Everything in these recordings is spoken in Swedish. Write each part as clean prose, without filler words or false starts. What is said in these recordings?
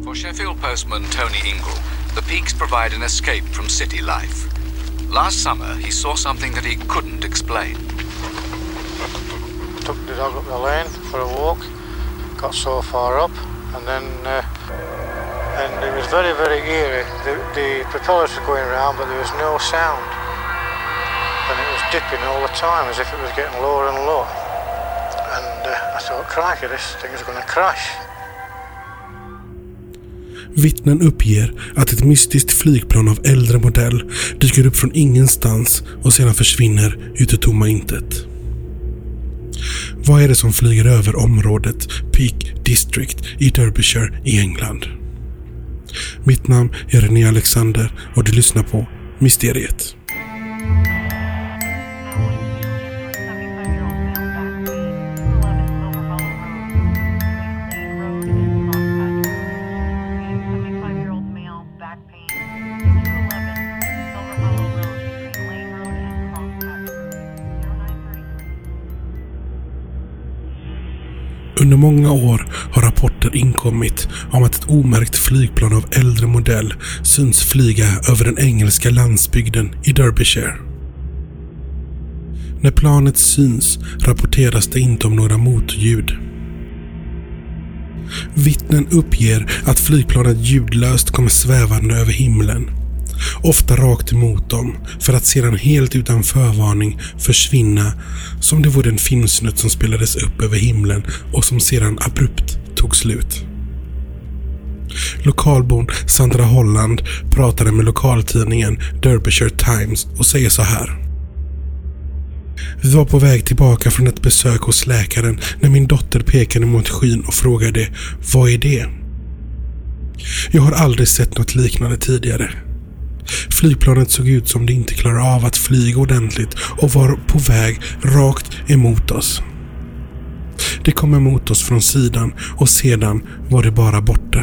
For Sheffield postman Tony Ingle, the peaks provide an escape from city life. Last summer, he saw something that he couldn't explain. Took the dog up the lane for a walk, got so far up, and then and it was very, very eerie. The propellers were going around, but there was no sound. And it was dipping all the time, as if it was getting lower and lower. And I thought, crikey, this thing is going to crash. Vittnen uppger att ett mystiskt flygplan av äldre modell dyker upp från ingenstans och sedan försvinner ut i tomma intet. Vad är det som flyger över området Peak District i Derbyshire i England? Mitt namn är René Alexander och du lyssnar på Mysteriet. Under många år har rapporter inkommit om att ett omärkt flygplan av äldre modell syns flyga över den engelska landsbygden i Derbyshire. När planet syns rapporteras det inte om några motljud. Vittnen uppger att flygplanet ljudlöst kommer svävande över himlen, ofta rakt emot dem, för att sedan helt utan förvarning försvinna som det vore en filmsnutt som spelades upp över himlen och som sedan abrupt tog slut. Lokalbon Sandra Holland pratade med lokaltidningen Derbyshire Times och säger så här: Vi var på väg tillbaka från ett besök hos läkaren när min dotter pekade mot skyn och frågade, vad är det? Jag har aldrig sett något liknande tidigare. Flygplanet såg ut som det inte klarade av att flyga ordentligt och var på väg rakt emot oss. Det kom emot oss från sidan och sedan var det bara borta.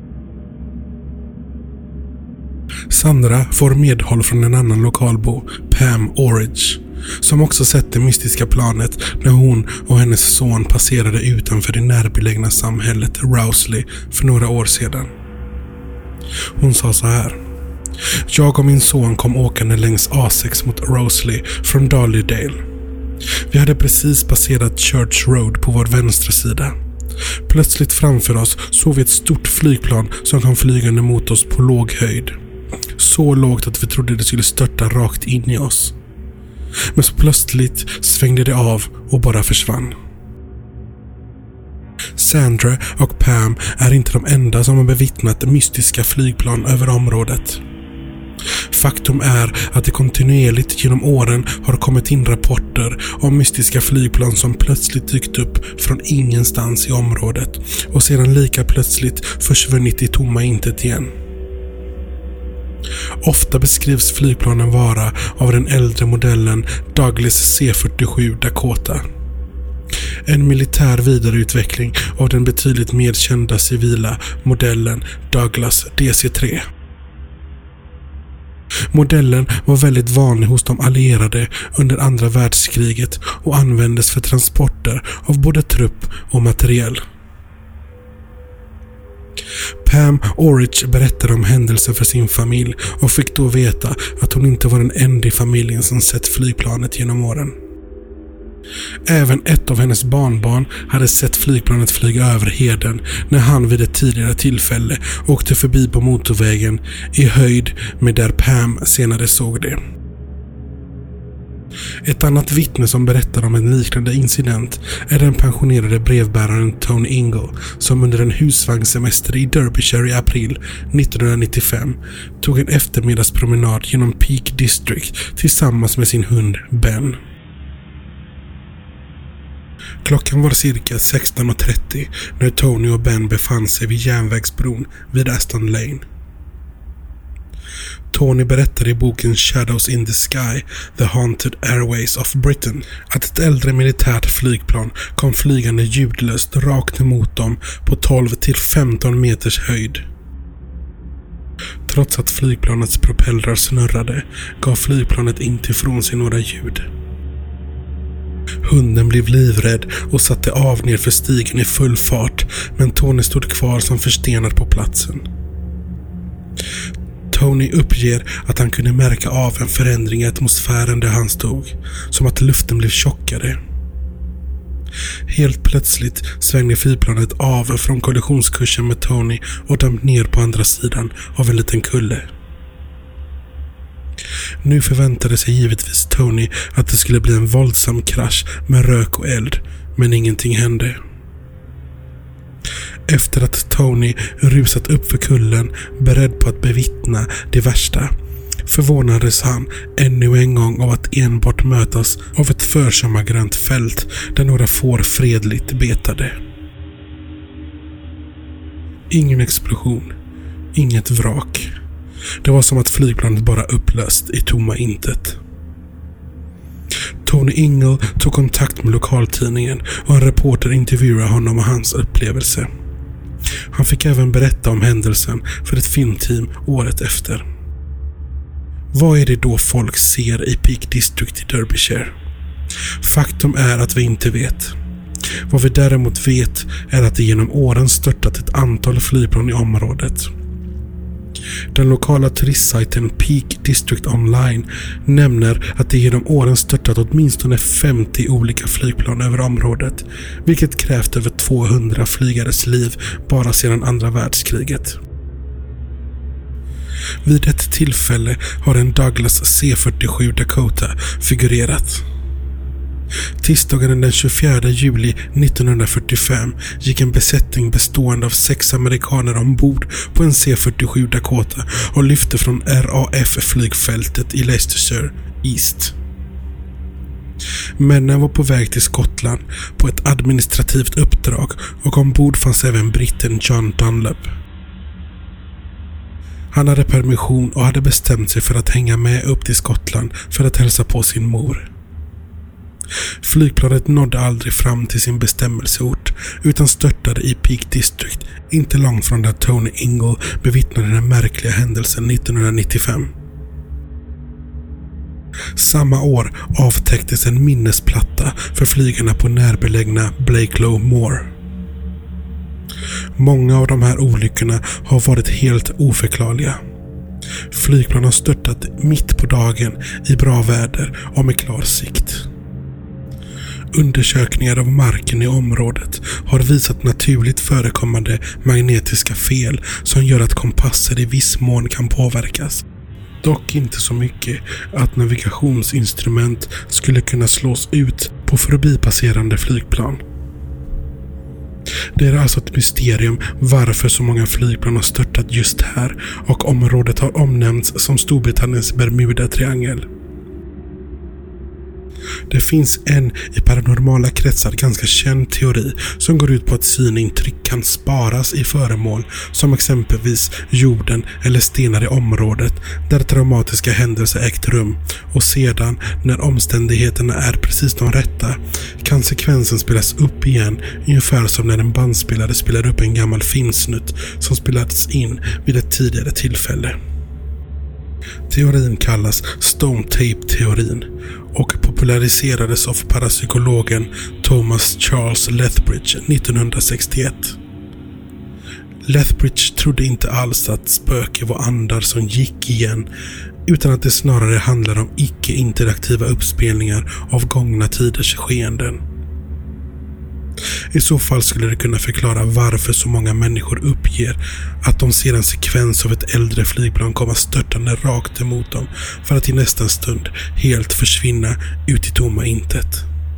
Sandra får medhåll från en annan lokalbo, Pam Orridge, som också sett det mystiska planet när hon och hennes son passerade utanför det närbelägna samhället Rowsley för några år sedan. Hon sa så här: Jag och min son kom åkande längs A6 mot Rowsley från Darlydale. Vi hade precis passerat Church Road på vår vänstra sida. Plötsligt framför oss såg vi ett stort flygplan som kom flygande mot oss på låg höjd. Så lågt att vi trodde det skulle störta rakt in i oss. Men så plötsligt svängde det av och bara försvann. Sandra och Pam är inte de enda som har bevittnat mystiska flygplan över området. Faktum är att det kontinuerligt genom åren har kommit in rapporter om mystiska flygplan som plötsligt dykt upp från ingenstans i området och sedan lika plötsligt försvunnit i tomma intet igen. Ofta beskrivs flygplanen vara av den äldre modellen Douglas C-47 Dakota. En militär vidareutveckling av den betydligt mer kända civila modellen Douglas DC-3. Modellen var väldigt vanlig hos de allierade under andra världskriget och användes för transporter av både trupp och materiel. Pam Orridge berättade om händelsen för sin familj och fick då veta att hon inte var den enda i familjen som sett flygplanet genom åren. Även ett av hennes barnbarn hade sett flygplanet flyga över heden när han vid ett tidigare tillfälle åkte förbi på motorvägen i höjd med där Pam senare såg det. Ett annat vittne som berättar om en liknande incident är den pensionerade brevbäraren Tony Ingle som under en husvagnssemester i Derbyshire i april 1995 tog en eftermiddagspromenad genom Peak District tillsammans med sin hund Ben. Klockan var cirka 16:30 när Tony och Ben befann sig vid järnvägsbron vid Aston Lane. Tony berättar i boken Shadows in the Sky, The Haunted Airways of Britain att ett äldre militärt flygplan kom flygande ljudlöst rakt emot dem på 12-15 meters höjd. Trots att flygplanets propellrar snurrade gav flygplanet inte ifrån sig några ljud. Hunden blev livrädd och satte av ner för stigen i full fart men Tony stod kvar som förstenad på platsen. Tony uppger att han kunde märka av en förändring i atmosfären där han stod, som att luften blev tjockare. Helt plötsligt svängde flygplanet av från kollisionskursen med Tony och damp ner på andra sidan av en liten kulle. Nu förväntade sig givetvis Tony att det skulle bli en våldsam krasch med rök och eld, men ingenting hände. Efter att Tony rusat upp för kullen, beredd på att bevittna det värsta, förvånades han ännu en gång av att enbart mötas av ett försommargrönt fält där några får fredligt betade. Ingen explosion, inget vrak. Det var som att flygplanet bara upplöst i tomma intet. Tony Ingle tog kontakt med lokaltidningen och en reporter intervjuade honom och hans upplevelse. Han fick även berätta om händelsen för ett filmteam året efter. Vad är det då folk ser i Peak District i Derbyshire? Faktum är att vi inte vet. Vad vi däremot vet är att det genom åren störtat ett antal flygplan i området. Den lokala turistsajten Peak District Online nämner att det genom åren störtat åtminstone 50 olika flygplan över området, vilket krävt över 200 flygares liv bara sedan andra världskriget. Vid ett tillfälle har en Douglas C-47 Dakota figurerat. Tisdagen den 24 juli 1945 gick en besättning bestående av 6 amerikaner ombord på en C-47 Dakota och lyfte från RAF-flygfältet i Leicestershire East. Männen var på väg till Skottland på ett administrativt uppdrag och ombord fanns även britten John Dunlop. Han hade permission och hade bestämt sig för att hänga med upp till Skottland för att hälsa på sin mor. Flygplanet nådde aldrig fram till sin bestämmelseort utan störtade i Peak District, inte långt från där Tony Ingle bevittnade den märkliga händelsen 1995. Samma år avtäcktes en minnesplatta för flygarna på närbelägna Blakelow Moor. Många av de här olyckorna har varit helt oförklarliga. Flygplan har störtat mitt på dagen i bra väder och med klar sikt. Undersökningar av marken i området har visat naturligt förekommande magnetiska fel som gör att kompasser i viss mån kan påverkas. Dock inte så mycket att navigationsinstrument skulle kunna slås ut på förbipasserande flygplan. Det är alltså ett mysterium varför så många flygplan har störtat just här, och området har omnämnts som Storbritanniens Bermuda-triangel. Det finns en i paranormala kretsar ganska känd teori som går ut på att synintryck kan sparas i föremål som exempelvis jorden eller stenar i området där traumatiska händelser ägt rum, och sedan när omständigheterna är precis de rätta kan sekvensen spelas upp igen, ungefär som när en bandspelare spelar upp en gammal filmsnutt som spelats in vid ett tidigare tillfälle. Teorin kallas Stone Tape-teorin och populariserades av parapsykologen Thomas Charles Lethbridge 1961. Lethbridge trodde inte alls att spöken var andar som gick igen, utan att det snarare handlar om icke-interaktiva uppspelningar av gångna tiders skeenden. I så fall skulle det kunna förklara varför så många människor uppger att de ser en sekvens av ett äldre flygplan komma störtande rakt emot dem för att i nästa stund helt försvinna ut i tomma intet.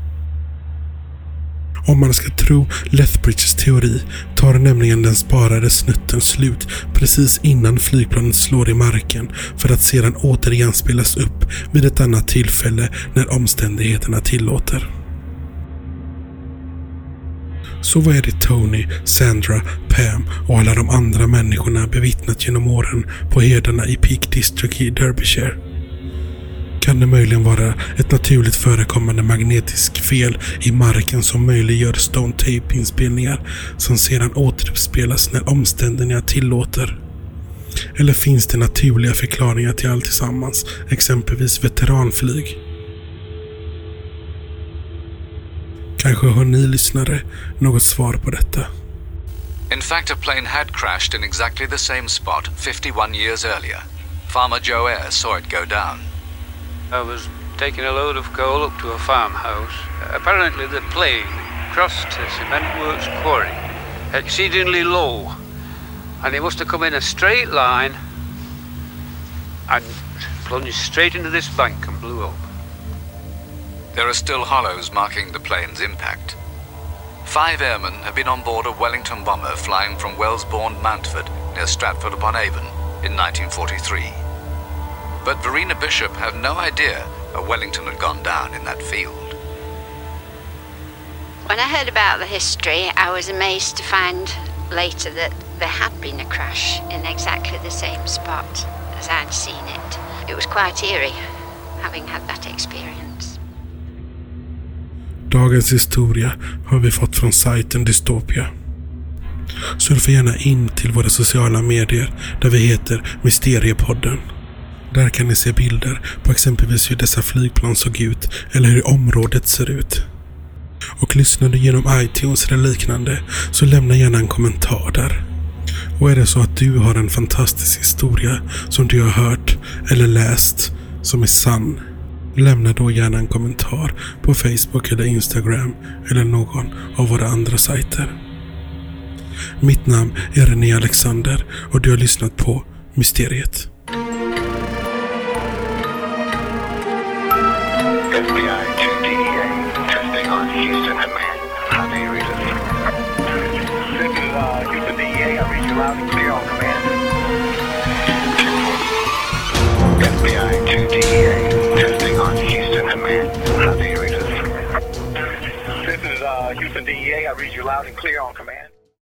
Om man ska tro Lethbridges teori tar nämligen den sparade snutten slut precis innan flygplanet slår i marken för att sedan återigen spelas upp vid ett annat tillfälle när omständigheterna tillåter. Så vad är det Tony, Sandra, Pam och alla de andra människorna bevittnat genom åren på herdarna i Peak District i Derbyshire? Kan det möjligen vara ett naturligt förekommande magnetisk fel i marken som möjliggör Stone Tape-inspelningar som sedan återuppspelas när omständigheterna tillåter? Eller finns det naturliga förklaringar till allt tillsammans, exempelvis veteranflyg? Kanske har ni lyssnare något svar på detta. In fact, a plane had crashed in exactly the same spot 51 years earlier. Farmer Joe Eyre saw it go down. I was taking a load of coal up to a farmhouse. Apparently the plane crossed a cement works quarry exceedingly low, and it must have come in a straight line and plunged straight into this bank and blew up. There are still hollows marking the plane's impact. 5 airmen have been on board a Wellington bomber flying from Wellesbourne, Mountford, near Stratford-upon-Avon, in 1943. But Verena Bishop had no idea a Wellington had gone down in that field. When I heard about the history, I was amazed to find later that there had been a crash in exactly the same spot as I'd seen it. It was quite eerie, having had that experience. Dagens historia har vi fått från sajten Dystopia. Surfa gärna in till våra sociala medier där vi heter Mysteriepodden. Där kan ni se bilder på exempelvis hur dessa flygplan såg ut eller hur området ser ut. Och lyssnar du genom iTunes eller liknande så lämna gärna en kommentar där. Och är det så att du har en fantastisk historia som du har hört eller läst som är sann, lämna då gärna en kommentar på Facebook eller Instagram eller någon av våra andra sajter. Mitt namn är René Alexander och du har lyssnat på Mysteriet. FBI to DEA, testing on Houston command. How do you read this? This is Houston DEA, I read you loud and clear on command. FBI to DEA, testing on Houston command. How do you read this? This is Houston DEA, I read you loud and clear on command.